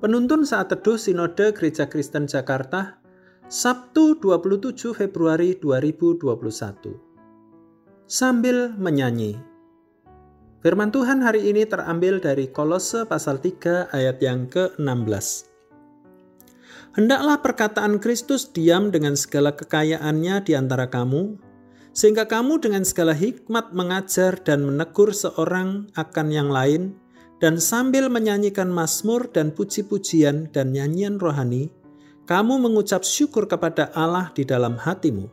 Penuntun Saat Teduh Sinode Gereja Kristen Jakarta, Sabtu 27 Februari 2021. Sambil menyanyi. Firman Tuhan hari ini terambil dari Kolose pasal 3 ayat yang ke-16. Hendaklah perkataan Kristus diam dengan segala kekayaannya di antara kamu, sehingga kamu dengan segala hikmat mengajar dan menegur seorang akan yang lain, dan sambil menyanyikan mazmur dan puji-pujian dan nyanyian rohani, kamu mengucap syukur kepada Allah di dalam hatimu.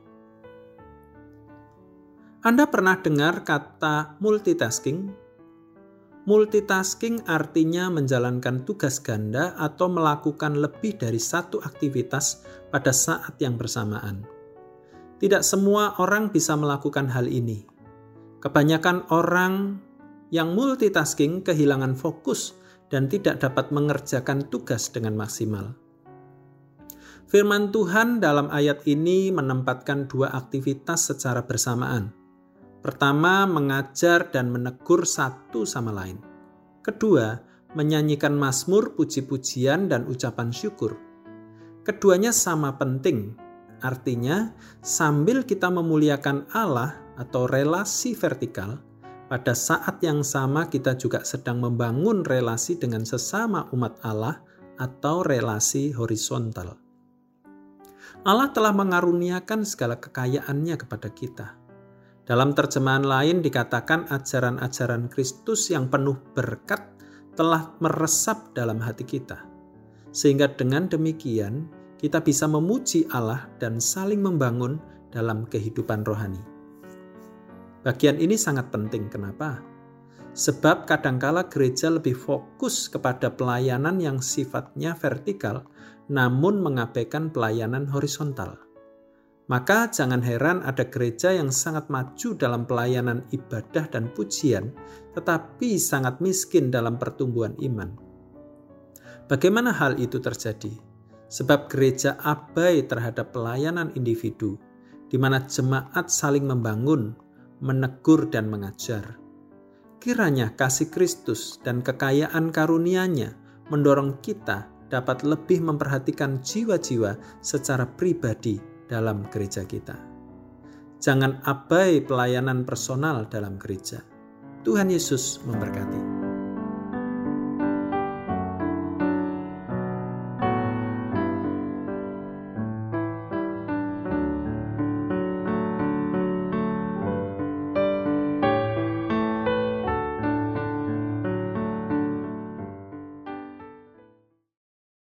Anda pernah dengar kata multitasking? Multitasking artinya menjalankan tugas ganda atau melakukan lebih dari satu aktivitas pada saat yang bersamaan. Tidak semua orang bisa melakukan hal ini. Kebanyakan orang yang multitasking kehilangan fokus dan tidak dapat mengerjakan tugas dengan maksimal. Firman Tuhan dalam ayat ini menempatkan dua aktivitas secara bersamaan. Pertama, mengajar dan menegur satu sama lain. Kedua, menyanyikan mazmur, puji-pujian, dan ucapan syukur. Keduanya sama penting, artinya sambil kita memuliakan Allah atau relasi vertikal, pada saat yang sama kita juga sedang membangun relasi dengan sesama umat Allah atau relasi horizontal. Allah telah mengaruniakan segala kekayaannya kepada kita. Dalam terjemahan lain dikatakan ajaran-ajaran Kristus yang penuh berkat telah meresap dalam hati kita. Sehingga dengan demikian kita bisa memuji Allah dan saling membangun dalam kehidupan rohani. Bagian ini sangat penting. Kenapa? Sebab kadangkala gereja lebih fokus kepada pelayanan yang sifatnya vertikal, namun mengabaikan pelayanan horizontal. Maka jangan heran ada gereja yang sangat maju dalam pelayanan ibadah dan pujian, tetapi sangat miskin dalam pertumbuhan iman. Bagaimana hal itu terjadi? Sebab gereja abai terhadap pelayanan individu, di mana jemaat saling membangun, menegur dan mengajar. Kiranya kasih Kristus dan kekayaan karunia-Nya mendorong kita dapat lebih memperhatikan jiwa-jiwa secara pribadi dalam gereja kita. Jangan abai pelayanan personal dalam gereja. Tuhan Yesus memberkati.